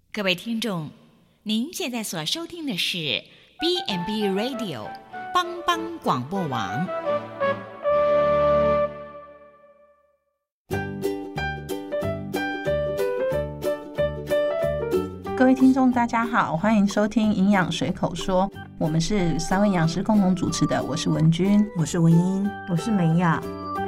各位听众，您现在所收听的是 B&B Radio 帮帮广播网。 各位听众大家好，欢迎收听营养随口说，我们是3位营养师共同主持的，我是文君， 我是文英， 我是美雅。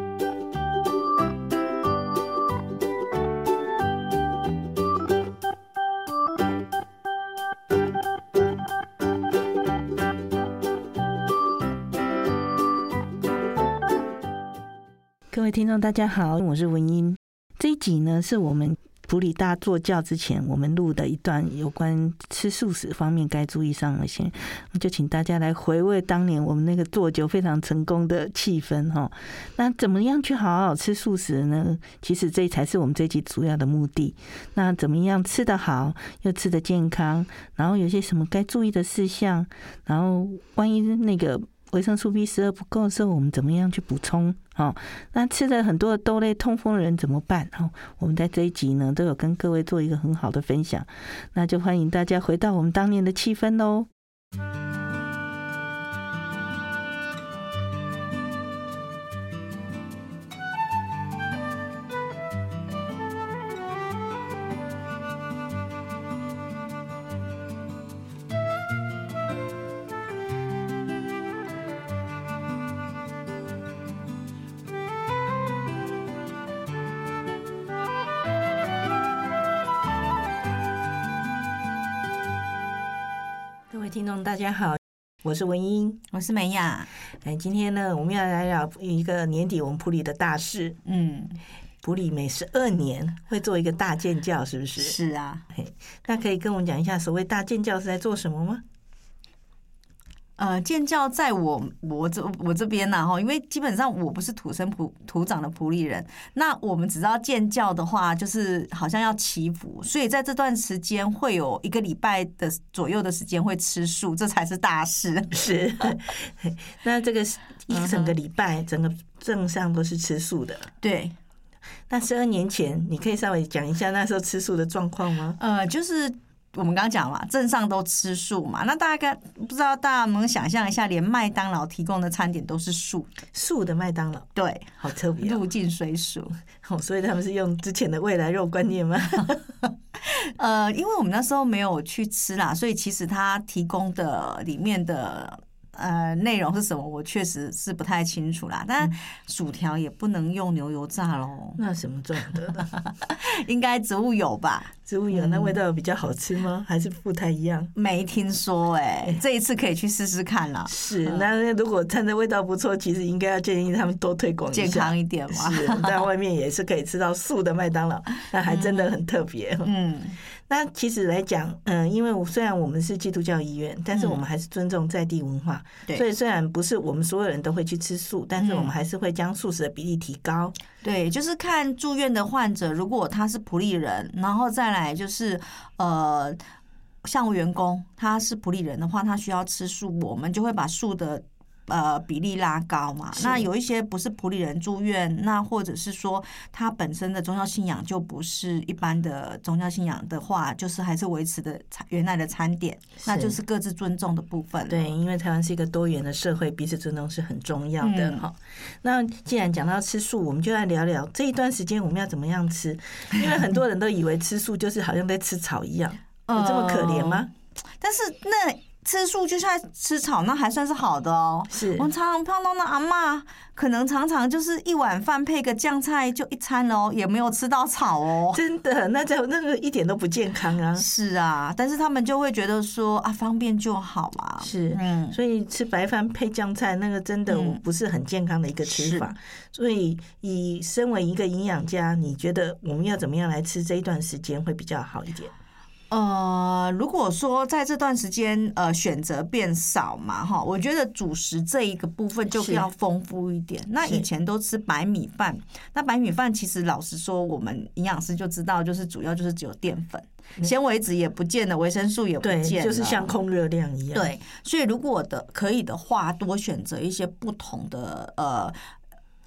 各位听众大家好，我是文英。这一集呢是我们埔里大坐教之前我们录的一段有关吃素食方面该注意上的些，就请大家来回味当年我们那个做酒非常成功的气氛齁。那怎么样去好好吃素食呢？其实这才是我们这一集主要的目的。那怎么样吃得好又吃得健康，然后有些什么该注意的事项，然后万一那个维生素 B12 不够的时候，我们怎么样去补充？那吃了很多的豆类痛风的人怎么办？我们在这一集呢都有跟各位做一个很好的分享，那就欢迎大家回到我们当年的气氛咯。各位听众大家好，我是文英， 我是美雅。 今天呢我们要来聊一个年底我们埔里的大事。埔里每12年会做一个大建教，是不是？ 是啊。 那可以跟我们讲一下所谓大建教是在做什么吗？ 建教在我这边呐，因为基本上我不是土生土长的埔里人，那我们只知道建教的话，就是好像要祈福，所以在这段时间会有1个礼拜的左右的时间会吃素，这才是大事。 是，那这个一整个礼拜，整个镇上都是吃素的。 对。 那12年前，你可以稍微讲一下那时候吃素的状况吗？ 就是我们刚刚讲嘛，镇上都吃素嘛，那大概不知道大家能想象一下，连麦当劳提供的餐点都是素的麦当劳。 对， 好特别， 入境随俗。 所以他们是用之前的未来肉观念吗？ 因为我们那时候没有去吃啦，所以其实他提供的里面的内容是什么，我确实是不太清楚啦。但薯条也不能用牛油炸咯。 那什么做的？ 应该植物油吧？ 植物油，那味道比较好吃吗？还是不太一样？ 没听说这一次可以去试试看啦。 是，那如果看着味道不错，其实应该要建议他们多推广一下， 健康一点嘛。 是，在外面也是可以吃到素的麦当劳，那还真的很特别。那其实来讲，因为虽然我们是基督教医院，但是我们还是尊重在地文化，所以虽然不是我们所有人都会去吃素，但是我们还是会将素食的比例提高。 对，就是看住院的患者，如果他是埔里人，然后再来就是像员工他是埔里人的话，他需要吃素，我们就会把素的比例拉高嘛。那有一些不是埔里人住院，那或者是说他本身的宗教信仰就不是一般的宗教信仰的话，就是还是维持的原来的餐点，那就是各自尊重的部分。 对，因为台湾是一个多元的社会，彼此尊重是很重要的。那既然讲到吃素，我们就来聊聊这一段时间我们要怎么样吃，因为很多人都以为吃素就是好像在吃草一样，有这么可怜吗？ 但是那吃素就像吃草，那还算是好的哦。 是， 我们常常碰到那阿嬷，可能常常就是一碗饭配个酱菜就一餐哦，也没有吃到草哦。 真的，那个一点都不健康啊。 是啊，但是他们就会觉得说方便就好嘛。 是，所以吃白饭配酱菜，那个真的不是很健康的一个吃法。所以以身为一个营养家，你觉得我们要怎么样来吃这一段时间会比较好一点？ 如果说在这段时间选择变少嘛我觉得主食这一个部分就要丰富一点。那以前都吃白米饭，那白米饭其实老实说，我们营养师就知道，就是主要就是只有淀粉，纤维质也不见了，维生素也不见了， 对，就是像空热量一样。 对，所以如果可以的话，多选择一些不同的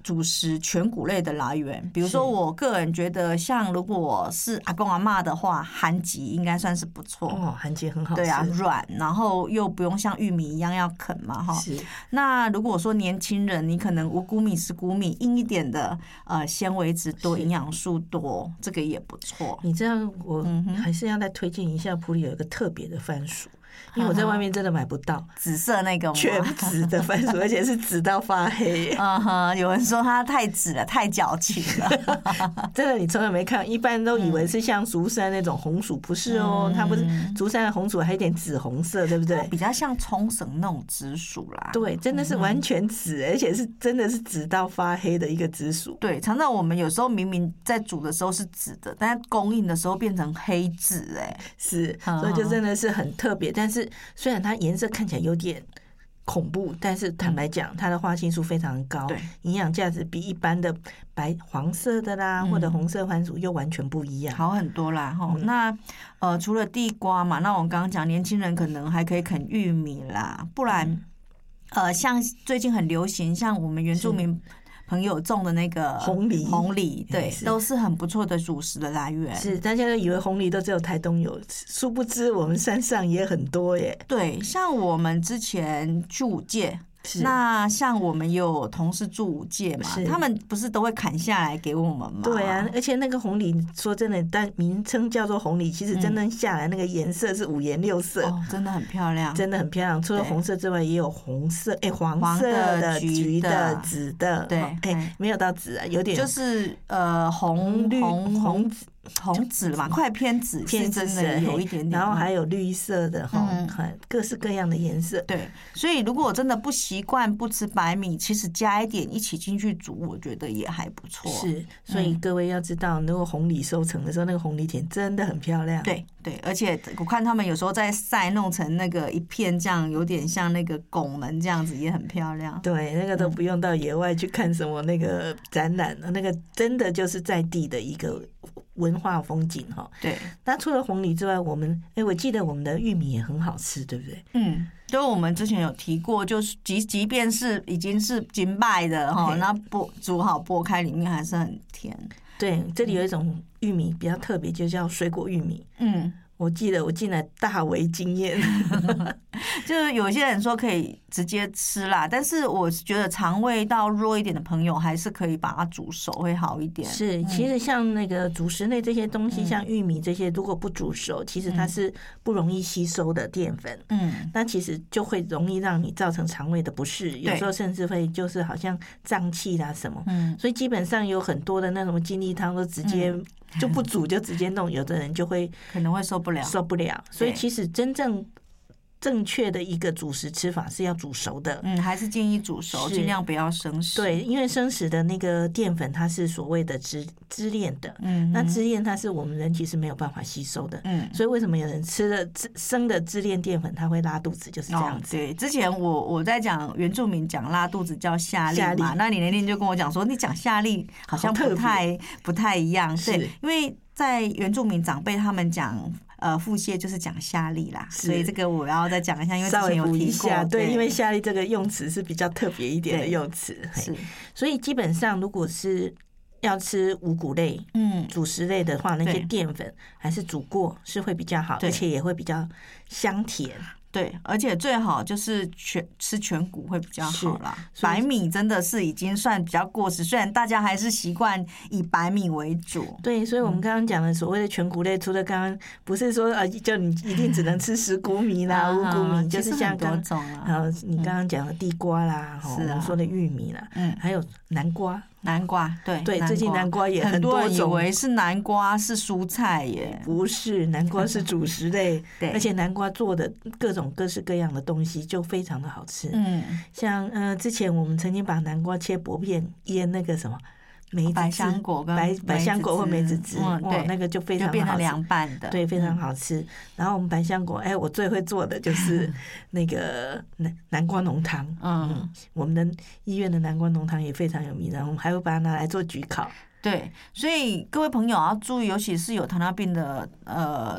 主食全谷类的来源，比如说我个人觉得，像如果是阿公阿嬷的话，韩籍应该算是不错哦，韩籍很好吃， 对啊，软，然后又不用像玉米一样要啃嘛哈。那如果说年轻人，你可能五谷米、十谷米，硬一点的，纤维质多、营养素多，这个也不错。 你知道，我还是要再推荐一下，埔里有一个特别的番薯。因为我在外面真的买不到紫色那个吗？ 全紫的番薯，而且是紫到发黑。 有人说它太紫了，太矫情了。 真的，你从来没看，一般都以为是像竹山那种红薯，不是哦，它不是竹山的红薯，还有点紫红色，对不对？ 比较像冲绳那种紫薯啦。 对，真的是完全紫，而且是真的是紫到发黑的一个紫薯。 对，常常我们有时候明明在煮的时候是紫的，但供应的时候变成黑紫， 是，所以就真的是很特别。但是虽然它颜色看起来有点恐怖，但是坦白讲，它的花青素非常高，营养价值比一般的黄色的啦或者红色番薯又完全不一样， 好很多啦。那除了地瓜嘛，那我们刚刚讲年轻人可能还可以啃玉米啦，不然像最近很流行，像我们原住民朋友种的那个红梨，对，都是很不错的主食的来源。 是，大家都以为红梨都只有台东有，殊不知我们山上也很多耶。 对，像我们之前去武界，那像我们有同事住武界嘛，他们不是都会砍下来给我们吗？ 对啊，而且那个红梨说真的，但名称叫做红梨，其实真正下来那个颜色是五颜六色， 真的很漂亮， 真的很漂亮。除了红色之外，也有红色、黄色的、橘的、紫的，对，没有到紫啊，有点就是红绿红紫了嘛，快偏紫，是真的有一点点， 然后还有绿色的各式各样的颜色。 对，所以如果我真的不习惯不吃白米，其实加一点一起进去煮，我觉得也还不错。 是，所以各位要知道，如果红梨收成的时候，那个红梨田真的很漂亮。 对，而且我看他们有时候在晒，弄成那个一片这样，有点像那个拱门这样子，也很漂亮。 对，那个都不用到野外去看什么那个展览，那个真的就是在地的一个文化风景哈。 对， 那除了红梨之外，我记得我们的玉米也很好吃，对不对？ 就是我们之前有提过，就是即便是已经是金拜的哈，那煮好剥开，里面还是很甜。 对，这里有一种玉米比较特别，就叫水果玉米。我记得我进来大为惊艳， 就是有些人说可以直接吃啦，但是我觉得肠胃道弱一点的朋友还是可以把它煮熟会好一点。 是，其实像那个主食类这些东西，像玉米这些，如果不煮熟，其实它是不容易吸收的淀粉。那其实就会容易让你造成肠胃的不适，有时候甚至会就是好像胀气啦什么。所以基本上有很多的那种精力汤都直接就不煮就直接弄，有的人就会可能会受不了。 所以其实真正正确的一个主食吃法是要煮熟的， 还是建议煮熟，尽量不要生食。 对，因为生食的那个淀粉它是所谓的支链的，那支链它是我们人其实没有办法吸收的，所以为什么有人吃了生的支链淀粉它会拉肚子，就是这样子。 对，之前我在讲原住民讲拉肚子叫下痢嘛，那你那天就跟我讲说，你讲下痢好像不太一样，对，因为在原住民长辈他们讲。腹泻就是讲下痢啦，所以这个我要再讲一下，因为之前有提过。 对，因为下痢这个用词是比较特别一点的用词，是。所以基本上如果是要吃五谷类、主食类的话，那些淀粉还是煮过是会比较好，而且也会比较香甜。 对，而且最好就是吃全谷会比较好啦。白米真的是已经算比较过时，虽然大家还是习惯以白米为主。 对，所以我们刚刚讲的所谓的全谷类，除了刚刚不是说就你一定只能吃十谷米啦、五谷米，就是像多种啊。 你刚刚讲的地瓜啦，我们说的玉米啦，还有南瓜。对，最近南瓜也很多种， 很多人以为是南瓜是蔬菜耶， 不是，南瓜是主食类，而且南瓜做的各式各样的东西就非常的好吃。像之前我们曾经把南瓜切薄片腌那个什么百香果跟百香果或梅子汁，对，那个就非常好吃， 就变成凉拌的， 对，非常好吃。然后我们百香果，我最会做的就是那个南瓜浓汤，我们的医院的南瓜浓汤也非常有名，然后我们还会把它拿来做焗烤。 对，所以各位朋友要注意，尤其是有糖尿病的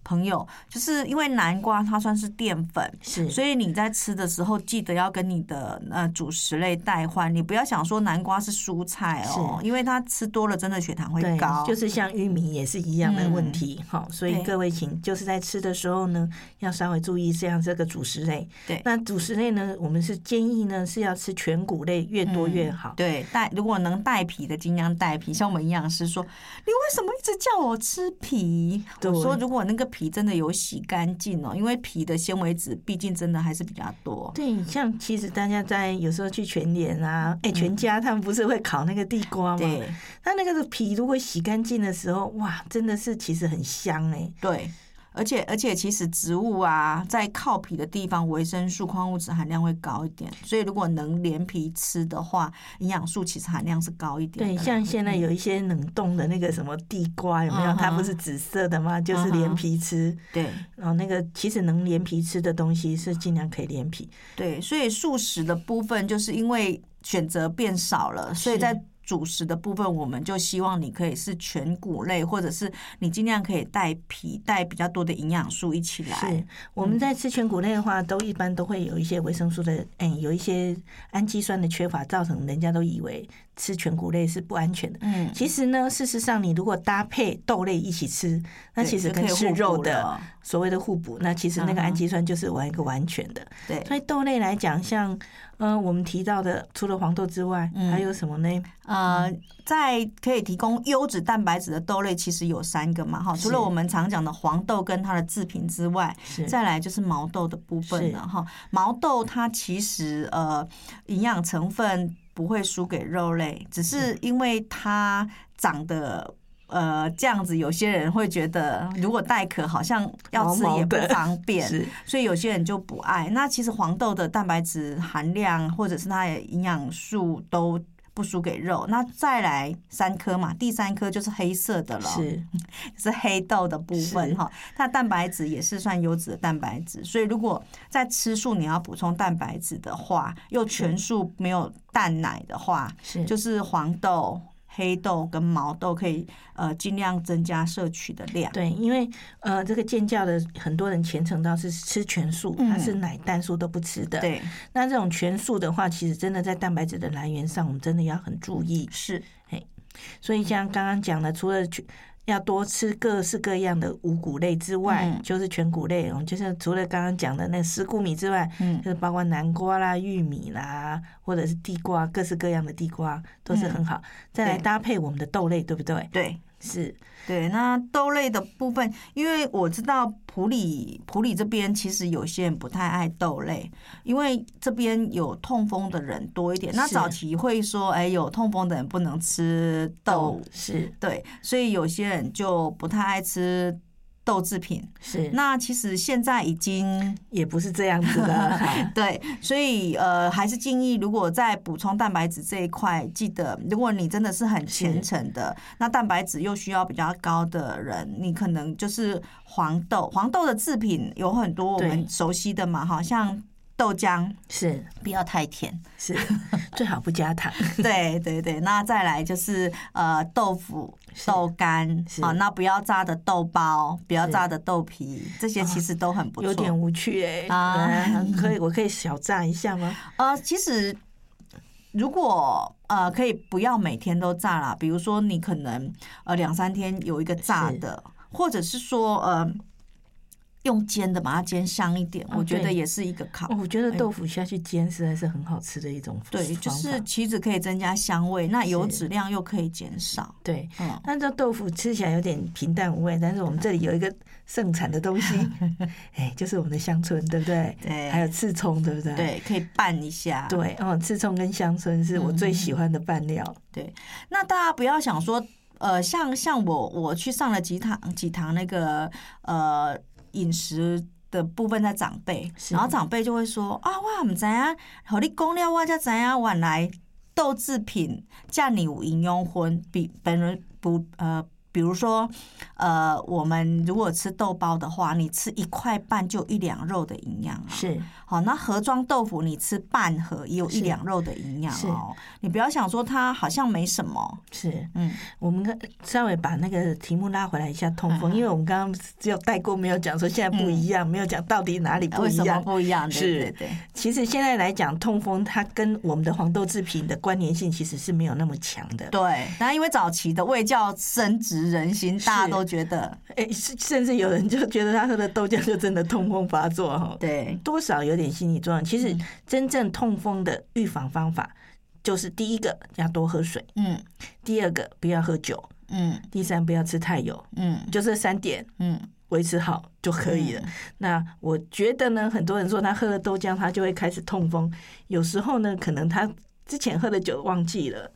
朋友，就是因为南瓜它算是淀粉， 是， 所以你在吃的时候记得要跟你的主食类代换，你不要想说南瓜是蔬菜哦，因为它吃多了真的血糖会高。 对，就是像玉米也是一样的问题哈，所以各位请就是在吃的时候呢，要稍微注意这个主食类。 对， 那主食类呢，我们是建议呢是要吃全谷类，越多越好。 对，如果能带皮的尽量带皮。像我们营养师说，你为什么一直叫我吃皮？我说如果那个皮真的有洗干净哦，因为皮的纤维质毕竟真的还是比较多。 对，像其实大家在有时候去全联啊，全家他们不是会烤那个地瓜吗？ 对， 它那个皮如果洗干净的时候，哇，真的是其实很香哎。 对。而且其实植物啊，在靠皮的地方，维生素、矿物质含量会高一点，所以如果能连皮吃的话，营养素其实含量是高一点的。 对，像现在有一些冷冻的那个什么地瓜，有没有？它不是紫色的吗？就是连皮吃。对，然后那个其实能连皮吃的东西是尽量可以连皮。 对，所以素食的部分就是因为选择变少了，所以在主食的部分，我们就希望你可以是全谷类，或者是你尽量可以带皮，带比较多的营养素一起来。 是，我们在吃全谷类的话，一般都会有一些维生素的，有一些氨基酸的缺乏，造成人家都以为吃全谷类是不安全的。其实呢，事实上你如果搭配豆类一起吃，那其实跟吃肉的所谓的互补，那其实那个氨基酸就是一个完全的。对，所以豆类来讲，像我们提到的，除了黄豆之外，还有什么呢？ 在可以提供优质蛋白质的豆类，其实有3个嘛，哈，除了我们常讲的黄豆跟它的制品之外，再来就是毛豆的部分了哈。毛豆它其实营养成分不会输给肉类，只是因为它长得这样子，有些人会觉得如果带壳好像要吃也不方便，所以有些人就不爱。那其实黄豆的蛋白质含量或者是它的营养素都不输给肉。那再来3颗嘛，第3颗就是黑色的了，就是黑豆的部分哈。它蛋白质也是算优质的蛋白质，所以如果在吃素你要补充蛋白质的话，又全素没有蛋奶的话，就是黄豆、黑豆跟毛豆可以尽量增加摄取的量。 对，因为这个健教的很多人虔诚到是吃全素，它是奶蛋素都不吃的。对，那这种全素的话，其实真的在蛋白质的来源上，我们真的要很注意。是，所以像刚刚讲的，除了要多吃各式各样的五谷类之外，就是全谷类，就是除了刚刚讲的那十谷米之外，就是包括南瓜啦、玉米啦，或者是地瓜，各式各样的地瓜都是很好。再来搭配我们的豆类，对不对？ 对， 是。 对，那豆类的部分，因为我知道埔里这边其实有些人不太爱豆类，因为这边有痛风的人多一点。那早期会说，有痛风的人不能吃豆，对，所以有些人就不太爱吃豆制品。是，那其实现在已经也不是这样子的。 对，所以还是建议，如果在补充蛋白质这一块，记得如果你真的是很虔诚的，那蛋白质又需要比较高的人，你可能就是黄豆的制品有很多我们熟悉的嘛，好像豆浆不要太甜， 最好不加糖。 对对对，那再来就是豆腐、豆干那不要炸的豆包，不要炸的豆皮，这些其实都很不错。 有点无趣我可以小炸一下吗？ 其实如果可以不要每天都炸啦，比如说你可能2-3天有一个炸的，或者是说用煎的把它煎香一点，我觉得也是一个考。 我觉得豆腐下去煎实在是很好吃的一种方法。 对，就是其实可以增加香味，那油脂量又可以减少。 对，但这豆腐吃起来有点平淡无味，但是我们这里有一个盛产的东西，就是我们的香椿，对不对？对，还有刺葱，对不对？ 对，可以拌一下。 对，刺葱跟香椿是我最喜欢的拌料。 对，那大家不要想说，像我去上了几堂那个饮食的部分在长辈，然后长辈就会说我不知道，和你讲了我才知道原来豆制品这么有营养分，比比如说我们如果吃豆包的话，你吃1块半就1两肉的营养是。 好，那盒装豆腐你吃半盒也有1两肉的营养哦。你不要想说它好像没什么。 是，我们稍微把那个题目拉回来一下，痛风，因为我们刚刚只有带过，没有讲说现在不一样，没有讲到底哪里不一样， 为什么不一样？ 是， 对对对。 其实现在来讲，痛风它跟我们的黄豆制品的关联性其实是没有那么强的。 对，但因为早期的卫教深植人心，大家都觉得， 甚至有人就觉得他喝的豆浆就真的痛风发作哈。 对， 多少有点心理作用。其实真正痛风的预防方法，就是第一个要多喝水，第二个不要喝酒，第三不要吃太油，就这3点，维持好就可以了。那我觉得呢，很多人说他喝了豆浆，他就会开始痛风，有时候呢，可能他之前喝的酒忘记了。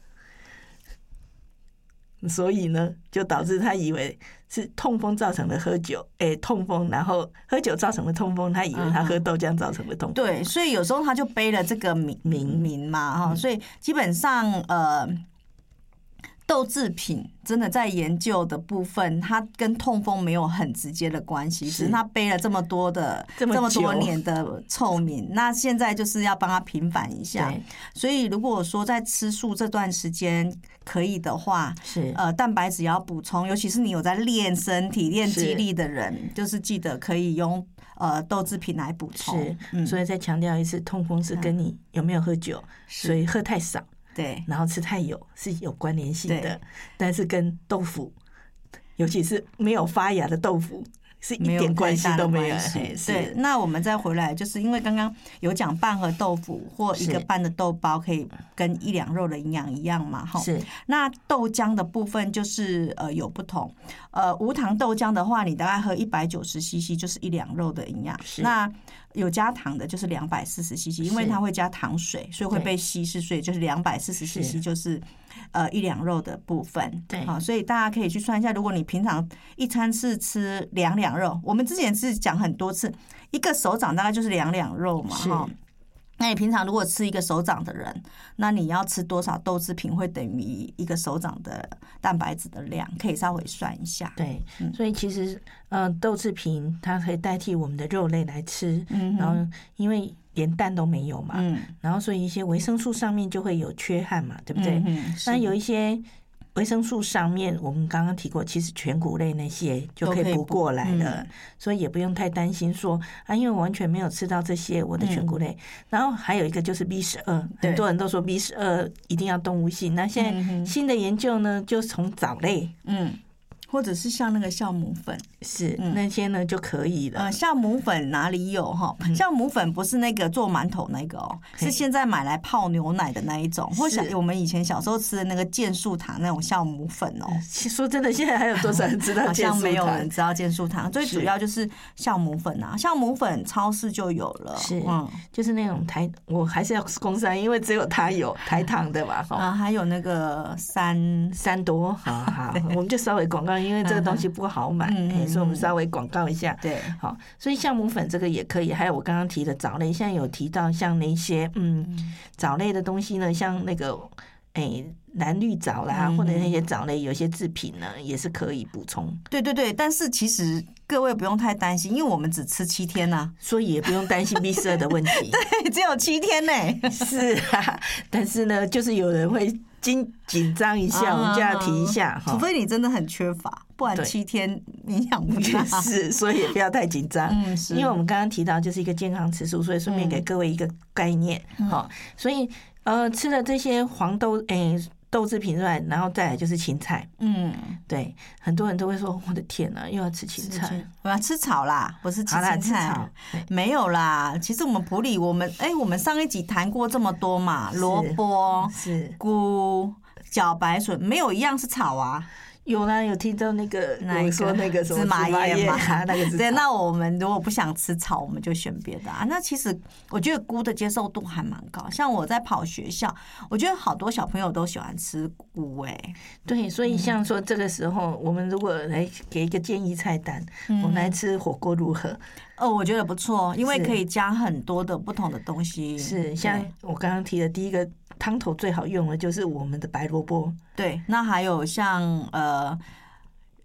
所以呢，就导致他以为是痛风造成的喝酒，痛风，然后喝酒造成的痛风，他以为他喝豆浆造成的痛风。 对，所以有时候他就背了这个名嘛，哈，所以基本上豆制品真的在研究的部分，它跟痛风没有很直接的关系，只是它背了这么多年的臭名，那现在就是要帮它平反一下。所以如果说在吃素这段时间可以的话， 是蛋白质也要补充，尤其是你有在练身体、练肌力的人，就是记得可以用豆制品来补充。 是，所以再强调一次，痛风是跟你有没有喝酒，所以喝太少。 对， 然后吃太油是有关联性的，但是跟豆腐，尤其是没有发芽的豆腐，是一点关系都没有。 对，那我们再回来，就是因为刚刚有讲半盒豆腐或1个半的豆包可以跟1两肉的营养一样嘛，哈。 是。 那豆浆的部分就是有不同，无糖豆浆的话，你大概喝190cc 就是1两肉的营养。那有加糖的就是240cc， 因为它会加糖水，所以会被稀释，所以就是240cc 就是1两肉的部分。 对， 好，所以大家可以去算一下，如果你平常一餐是吃2两肉，我们之前是讲很多次，一个手掌大概就是2两肉嘛，哈。那你平常如果吃一个手掌的人，那你要吃多少豆制品会等于一个手掌的蛋白质的量，可以稍微算一下。 对，所以其实豆制品它可以代替我们的肉类来吃，然后因为连蛋都没有嘛，然后所以一些维生素上面就会有缺憾嘛，对不对？那有一些维生素上面，我们刚刚提过，其实全谷类那些就可以补过来了，所以也不用太担心说因为我完全没有吃到这些我的全谷类。然后还有一个就是 B12，很多人都说 B12 一定要动物性，那现在新的研究呢，就从藻类， 或者是像那个酵母粉， 是那些呢就可以了。 酵母粉哪里有哈？酵母粉不是那个做馒头那个哦，是现在买来泡牛奶的那一种，或者我们以前小时候吃的那个健素糖那种酵母粉哦。 说真的，现在还有多少人知道健素糖？ 好像没有人知道健素糖，最主要就是酵母粉啊，酵母粉超市就有了。 是，就是那种我还是要工商，因为只有它有台糖的嘛。 还有那个三多， 好，我们就稍微广告。因为这个东西不好买，所以我们稍微广告一下。 对， 好，所以酵母粉这个也可以。还有我刚刚提的藻类，现在有提到像那些藻类的东西呢，像那个蓝绿藻啦，或者那些藻类，有些制品呢也是可以补充。 对对对，但是其实各位不用太担心，因为我们只吃7天啊， 所以也不用担心 B12 的问题。 对，只有7天呢。 是啊，但是呢，就是有人会紧张一下，我们就要提一下， 除非你真的很缺乏，不然7天营养不大。 是，所以也不要太紧张。因为我们刚刚提到就是一个健康吃素，所以顺便给各位一个概念。所以吃了这些黄豆制品之外，然后再来就是芹菜。对，很多人都会说，我的天哪，又要吃芹菜， 我要吃草啦，不是吃芹菜。没有啦，其实我们埔里，我们上一集谈过这么多嘛，萝卜、菇、茭白笋，没有一样是草啊。 有啦，有听到那个我说那个什么芝麻叶嘛，那个是草。 对，那我们如果不想吃草，我们就选别的啊。那其实我觉得菇的接受度还蛮高，像我在跑学校，我觉得好多小朋友都喜欢吃菇。 对，所以像说这个时候，我们如果来给一个建议菜单，我们来吃火锅如何？ 我觉得不错，因为可以加很多的不同的东西。 是，像我刚刚提的第一个汤头最好用的就是我们的白萝卜。 对，那还有像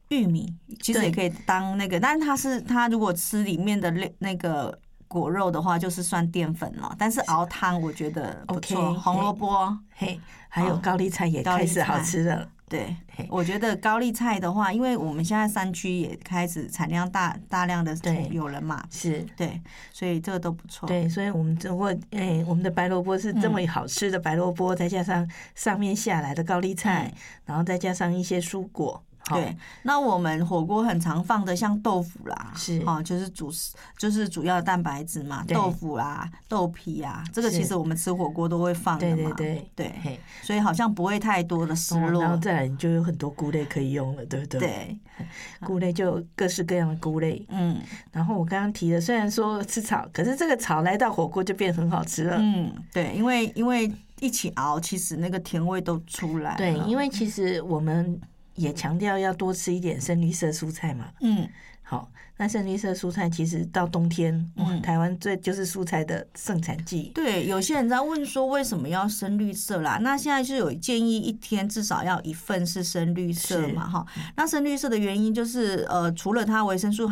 玉米其实也可以当那个，但是它如果吃里面的那个果肉的话，就是算淀粉了。但是熬汤我觉得不错，红萝卜， 嘿，还有高丽菜也开始好吃了。 对，我觉得高丽菜的话，因为我们现在山区也开始产量大量的有人嘛， 是对，所以这个都不错。 对，所以我们我们的白萝卜是这么好吃的白萝卜，再加上上面下来的高丽菜，然后再加上一些蔬果。 对，那我们火锅很常放的像豆腐啦， 是就是主要的蛋白质嘛，豆腐啦、豆皮啊，这个其实我们吃火锅都会放的嘛，对，所以好像不会太多的失落。 然后再来你就有很多菇类可以用了，对不对？ 对， 菇类就各式各样的菇类。然后我刚刚提的，虽然说吃炒，可是这个炒来到火锅就变很好吃了。 对，因为一起熬，其实那个甜味都出来了。 对，因为其实我们也强调要多吃一点深绿色蔬菜嘛。好，那深绿色蔬菜其实到冬天，台湾就是蔬菜的盛产季。 对，有些人在问说为什么要深绿色啦？那现在就有建议一天至少要1份是深绿色嘛，哈。那深绿色的原因就是除了它维生素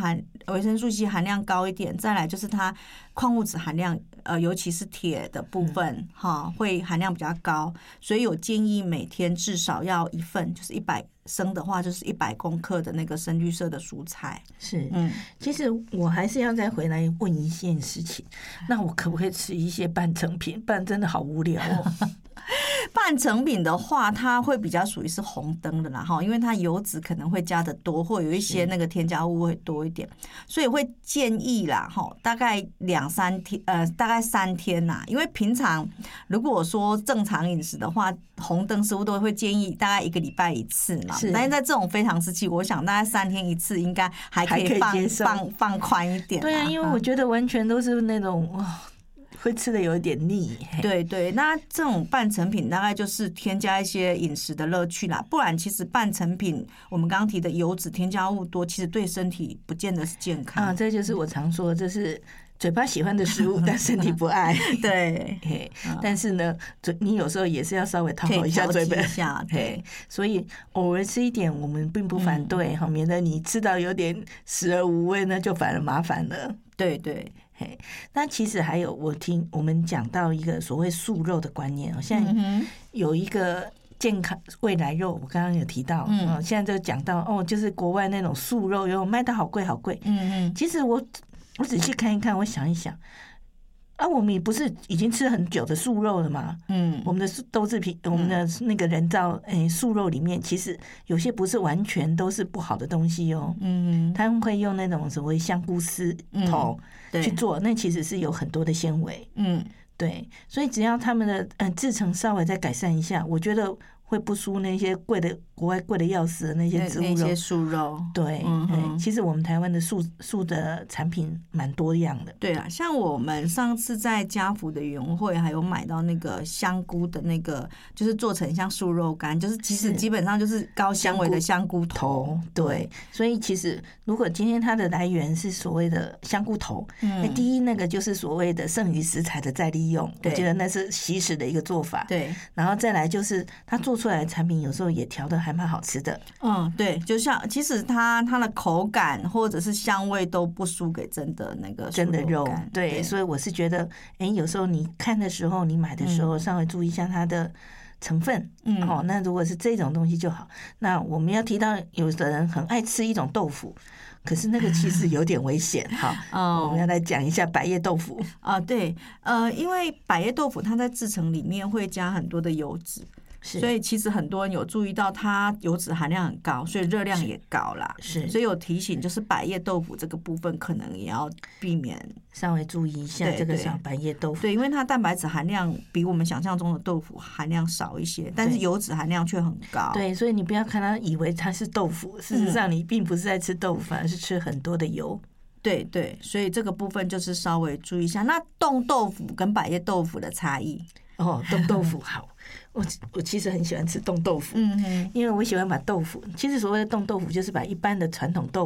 C 含量高一点，再来就是它矿物质含量尤其是铁的部分会含量比较高，所以有建议每天至少要1份，就是100升的话就是100公克的那个深绿色的蔬菜。 是，其实我还是要再回来问一件事情，那我可不可以吃一些半成品？不然真的好无聊哦。 半成品的话，它会比较属于是红灯的啦，因为它油脂可能会加的多，或有一些那个添加物会多一点，所以会建议啦，大概2-3天，大概3天啦。因为平常如果说正常饮食的话，红灯师傅都会建议大概1个礼拜1次嘛。但是在这种非常时期，我想大概3天1次应该还可以放宽一点。 对啊，因为我觉得完全都是那种会吃的有一点腻。 对，那这种半成品大概就是添加一些饮食的乐趣啦，不然其实半成品我们刚刚提的油脂添加物多，其实对身体不见得是健康。 这就是我常说的，这是嘴巴喜欢的食物，但身体不爱。 对， 但是呢，你有时候也是要稍微讨好一下嘴巴。对，所以偶尔吃一点，我们并不反对，免得你吃到有点食而无味呢，就反而麻烦了。 对。 那其实还有，我们讲到一个所谓素肉的观念，现在有一个健康未来肉，我刚刚有提到，现在就讲到就是国外那种素肉又卖的好贵好贵。其实我仔细看一看，我想一想，我们也不是已经吃很久的素肉了吗？我们的豆制品，我们的那个人造素肉里面，其实有些不是完全都是不好的东西哦。他们会用那种所谓香菇丝头去做，那其实是有很多的纤维。对，所以只要他们的制成稍微再改善一下，我觉得会不输那些贵的国外贵的要死的那些植物肉、 那些素肉。 对，其实我们台湾的素的产品蛮多样的。 对啊，像我们上次在家福的园会还有买到那个香菇的那个，就是做成像素肉干，就是其实基本上就是高纤维的香菇头。 对，所以其实如果今天它的来源是所谓的香菇头，第一那个就是所谓的剩余食材的再利用，我觉得那是惜食的一个做法。 对， 然后再来就是它做出来的产品有时候也调的还蛮好吃的。 对，就像其实它的口感或者是香味都不输给真的那个真的肉。对，所以我是觉得，有时候你看的时候，你买的时候稍微注意一下它的成分。那如果是这种东西就好。那我们要提到，有的人很爱吃一种豆腐，可是那个其实有点危险。我们要来讲一下百叶豆腐。 对，因为百叶豆腐它在制成里面会加很多的油脂。所以其实很多人有注意到它油脂含量很高，所以热量也高啦。所以有提醒，就是百叶豆腐这个部分可能也要避免， 稍微注意一下这个小百叶豆腐。 对，因为它蛋白质含量比我们想象中的豆腐含量少一些，但是油脂含量却很高。 对，所以你不要看它以为它是豆腐，事实上你并不是在吃豆腐，反而是吃很多的油。 对，所以这个部分就是稍微注意一下。那冻豆腐跟百叶豆腐的差异。 冻豆腐好。我其实很喜欢吃冻豆腐，因为我喜欢把豆腐，其实所谓的冻豆腐就是把一般的传统豆腐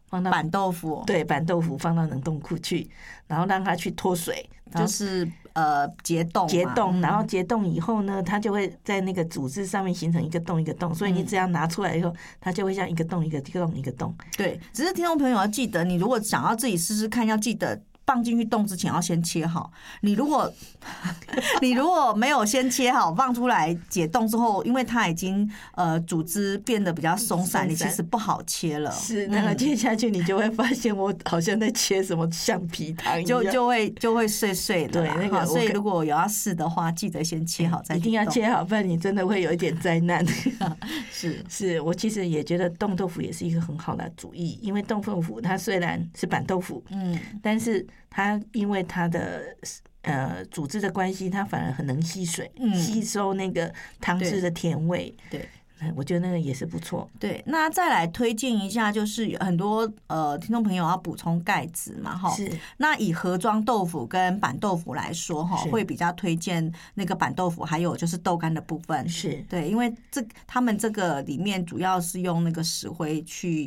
放到板豆腐， 对，板豆腐放到冷冻库去，然后让它去脱水， 就是结冻， 然后结冻以后呢，它就会在那个组织上面形成一个洞一个洞，所以你只要拿出来以后，它就会像一个洞一个洞一个洞。 对，只是听众朋友要记得，你如果想要自己试试看，要记得放进去冻之前要先切好。你如果没有先切好，放出来解冻之后，因为它已经组织变得比较松散，你其实不好切了。 是，那个切下去你就会发现我好像在切什么橡皮糖一样， 就会碎碎的。 对，那个所以如果有要试的话，记得先切好再去冻。 一定要切好，不然你真的会有一点灾难。 是， 我其实也觉得冻豆腐也是一个很好的主意，因为冻豆腐它虽然是板豆腐，但是它因为它的组织的关系，它反而很能吸水，吸收那个汤汁的甜味。 对， 我觉得那个也是不错。 对，那再来推荐一下，就是有很多听众朋友要补充钙质嘛，哈。 是。 那以盒装豆腐跟板豆腐来说，哈，会比较推荐那个板豆腐，还有就是豆干的部分。 是对，因为他们这个里面主要是用那个石灰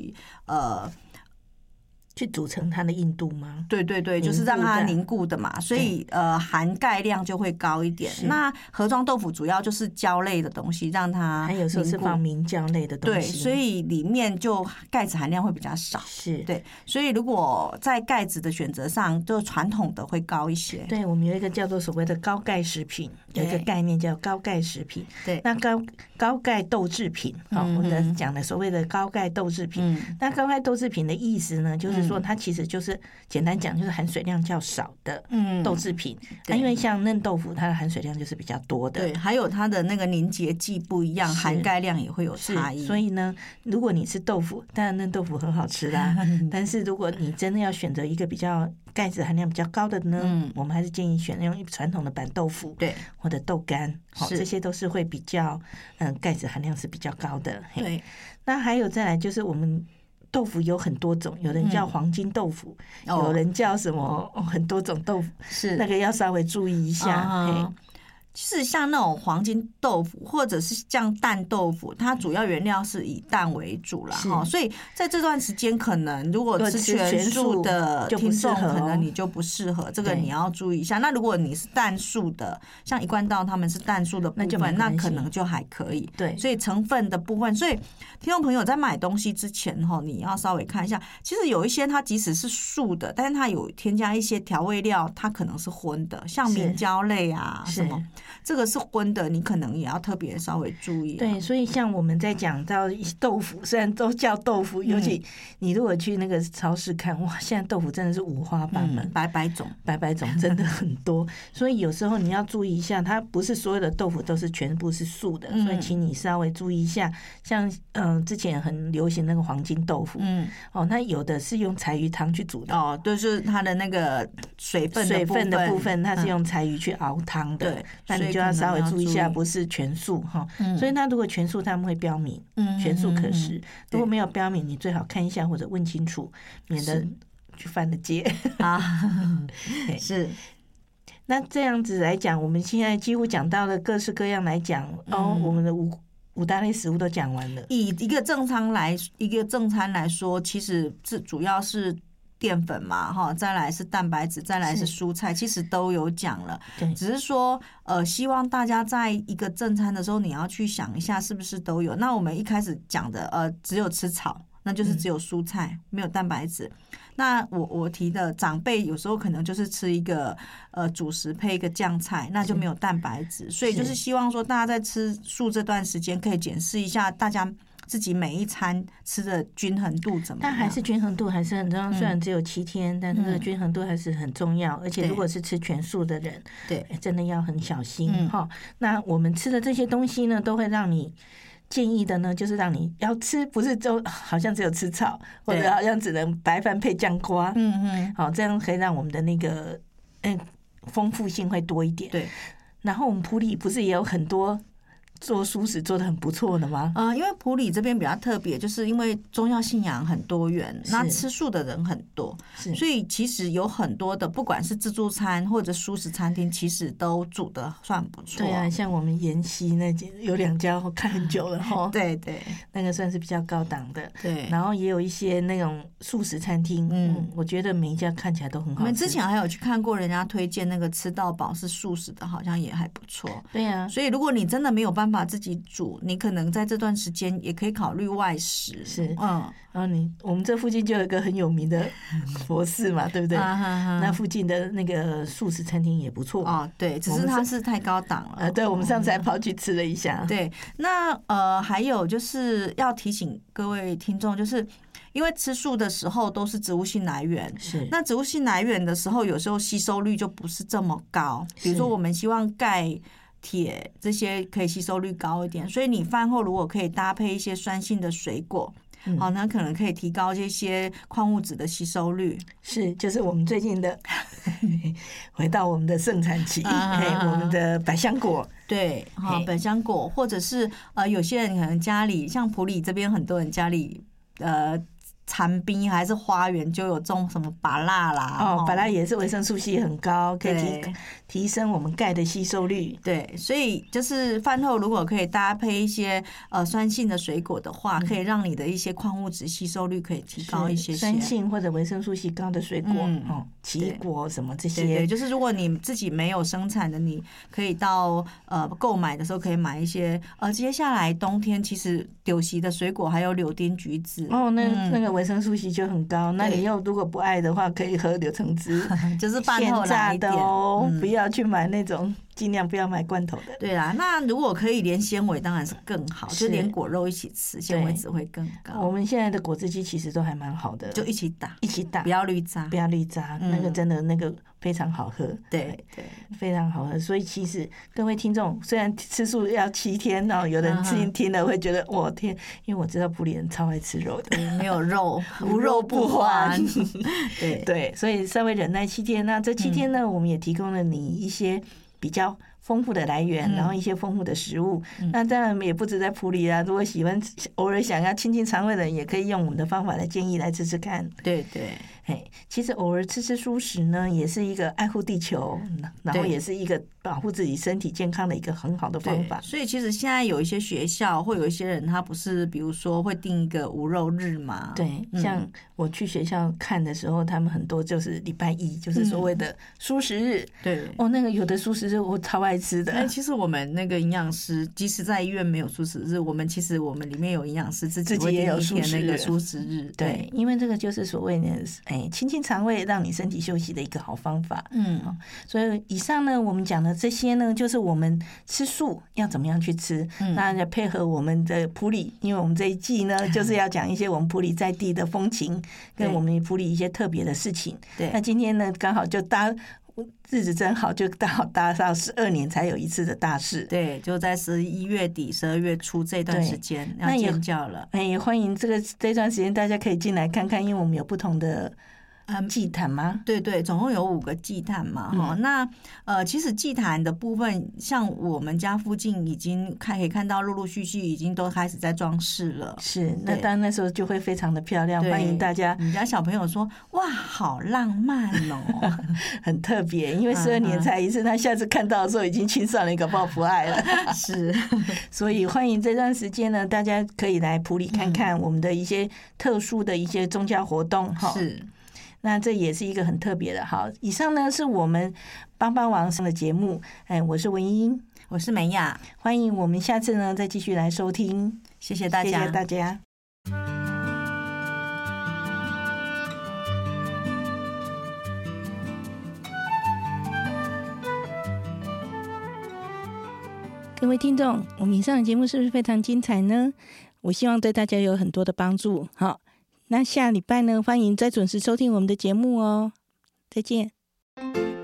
去组成它的硬度吗？ 对，就是让它凝固的嘛，所以含钙量就会高一点。那盒装豆腐主要就是胶类的东西，让它还有时候是放明胶类的东西， 对，所以里面就钙质含量会比较少。 是， 对，所以如果在钙质的选择上，就传统的会高一些。 对，我们有一个叫做所谓的高钙食品，有一个概念叫高钙食品。 对， 那高钙豆制品，我们讲的所谓的高钙豆制品，那高钙豆制品的意思呢，就是说它其实就是简单讲就是含水量较少的豆制品。那因为像嫩豆腐，它的含水量就是比较多的， 对，还有它的那个凝结剂不一样，含钙量也会有差异。 所以呢，如果你吃豆腐，当然嫩豆腐很好吃啦，但是如果你真的要选择一个比较钙质含量比较高的呢，我们还是建议选用传统的板豆腐， 对， 或者豆干，这些都是会比较钙质含量是比较高的。 对， 那还有再来就是我们豆腐有很多种，有人叫黄金豆腐，有人叫什么很多种豆腐， 是那个要稍微注意一下。 其实像那种黄金豆腐或者是像蛋豆腐，它主要原料是以蛋为主啦，所以在这段时间可能如果吃全素的听众，可能你就不适合，这个你要注意一下。那如果你是蛋素的，像一贯道他们是蛋素的部分，那可能就还可以。 对， 所以成分的部分，所以听众朋友在买东西之前你要稍微看一下，其实有一些它即使是素的，但是它有添加一些调味料，它可能是荤的，像明胶类啊什么。这个是荤的，你可能也要特别稍微注意。 对，所以像我们在讲到豆腐，虽然都叫豆腐，尤其你如果去那个超市看，哇，现在豆腐真的是五花八门， 百百种， 真的很多。所以有时候你要注意一下，它不是所有的豆腐都是全部是素的，所以请你稍微注意一下。像之前很流行那个黄金豆腐，那有的是用柴鱼汤去煮的， 就是它的那个水分的部分，它是用柴鱼去熬汤的。 对， 那你就要稍微注意一下，不是全素哈。所以那如果全素，他们会标明全素可食；如果没有标明，你最好看一下或者问清楚，免得去犯了戒啊。是。 那这样子来讲，我们现在几乎讲到了各式各样来讲我们的五大类食物都讲完了。 以一个正餐来说，其实这主要是淀粉嘛，再来是蛋白质，再来是蔬菜，其实都有讲了。只是说希望大家在一个正餐的时候，你要去想一下是不是都有。那我们一开始讲的只有吃草，那就是只有蔬菜，没有蛋白质。那我提的长辈有时候可能就是吃一个主食配一个酱菜，那就没有蛋白质。所以就是希望说大家在吃素这段时间可以检视一下大家自己每一餐吃的均衡度怎么样。 但还是均衡度还是很重要，虽然只有7天，但是这个均衡度还是很重要。而且如果是吃全素的人，对，真的要很小心哈。那我们吃的这些东西呢，都会让你建议的呢，就是让你要吃，不是就好像只有吃草，或者好像只能白饭配酱瓜，好，这样可以让我们的那个丰富性会多一点。 对， 然后我们埔里不是也有很多做蔬食做得很不错的吗？ 因为埔里这边比较特别，就是因为宗教信仰很多元，那吃素的人很多，所以其实有很多的不管是自助餐或者蔬食餐厅，其实都煮得算不错。 对啊，像我们沿溪那间有2家我看很久了齁。 对对， 那个算是比较高档的。 对， 然后也有一些那种素食餐厅，我觉得每一家看起来都很好吃。 我们之前还有去看过人家推荐那个吃到饱是素食的，好像也还不错。 对啊， 所以如果你真的没有办法自己煮，你可能在这段时间也可以考虑外食。 是，然后我们这附近就有一个很有名的佛寺嘛，对不对？那附近的那个素食餐厅也不错。 哦，对，只是它是太高档了。 对，我们上次还跑去吃了一下。 对，那还有就是要提醒各位听众，就是因为吃素的时候都是植物性来源， 是那植物性来源的时候，有时候吸收率就不是这么高。比如说，我们希望钙、铁这些可以吸收率高一点，所以你饭后如果可以搭配一些酸性的水果。好，那可能可以提高这些矿物质的吸收率。 是，就是我们最近的回到我们的盛产期，我们的百香果。 对，百香果，或者是有些人可能家里像埔里这边很多人家里残冰还是花园就有种什么芭乐啦， 芭乐也是维生素 C 很高，可以提升我们钙的吸收率。 对，所以就是饭后如果可以搭配一些酸性的水果的话，可以让你的一些矿物质吸收率可以提高一些。 酸性或者维生素 C 高的水果，奇异果什么这些。 对，就是如果你自己没有生产的，你可以到购买的时候可以买一些。接下来冬天其实柳席的水果还有柳丁、橘子。 那个维生素 C 就很高。那你又如果不爱的话，可以喝柳橙汁， 就是饭后来一点哦，不要去买那种，尽量不要买罐头的。 对啦，那如果可以连纤维当然是更好，就连果肉一起吃，纤维质会更高。 我们现在的果汁机其实都还蛮好的， 就一起打， 不要滤渣， 那个真的那个非常好喝。 对， 非常好喝。所以其实各位听众，虽然吃素要7天，有人听了会觉得我天，因为我知道埔里人超爱吃肉的， 没有肉无肉不欢。 对， 所以稍微忍耐7天。那这7天呢，我们也提供了你一些比较丰富的来源，然后一些丰富的食物。那当然也不止在埔里啦，如果喜欢偶尔想要清清肠胃的人，也可以用我们的方法来建议来吃吃看。 对， 其实偶尔吃蔬食呢，也是一个爱护地球，然后也是一个保护自己身体健康的一个很好的方法。 所以其实现在有一些学校或有一些人，他不是比如说会定一个无肉日嘛？ 对，像我去学校看的时候，他们很多就是礼拜一，就是所谓的蔬食日。 对， 那个有的蔬食日我超爱吃的。 其实我们那个营养师，即使在医院没有蔬食日，我们里面有营养师自己也有蔬食日。 对，因为这个就是所谓的清清肠胃，让你身体休息的一个好方法。所以以上呢，我们讲的这些呢，就是我们吃素要怎么样去吃。那要配合我们的埔里，因为我们这一季呢，就是要讲一些我们埔里在地的风情，跟我们埔里一些特别的事情。 对， 那今天呢，刚好就日子真好，就刚好搭上12年才有一次的大事。 对，就在11月底、12月初这段时间要建教了。 也欢迎这段时间大家可以进来看看，因为我们有不同的祭坛吗？ 对，总共有5个祭坛嘛。那其实祭坛的部分，像我们家附近已经可以看到，陆陆续续已经都开始在装饰了。 是，那当然那时候就会非常的漂亮，欢迎大家。 你家小朋友说：“哇，好浪漫哦， 很特别。”因为12年才一次，他下次看到的时候已经青少年搞不好不爱了。 是， 所以欢迎这段时间呢，大家可以来埔里看看我们的一些特殊的一些宗教活动。 是。 那这也是一个很特别的。好，以上呢是我们帮帮王上的节目。我是文英， 我是美雅， 欢迎我们下次呢再继续来收听。 谢谢大家， 谢谢大家。各位听众，我们以上的节目是不是非常精彩呢？我希望对大家有很多的帮助。好，那下礼拜呢，欢迎再准时收听我们的节目哦。再见。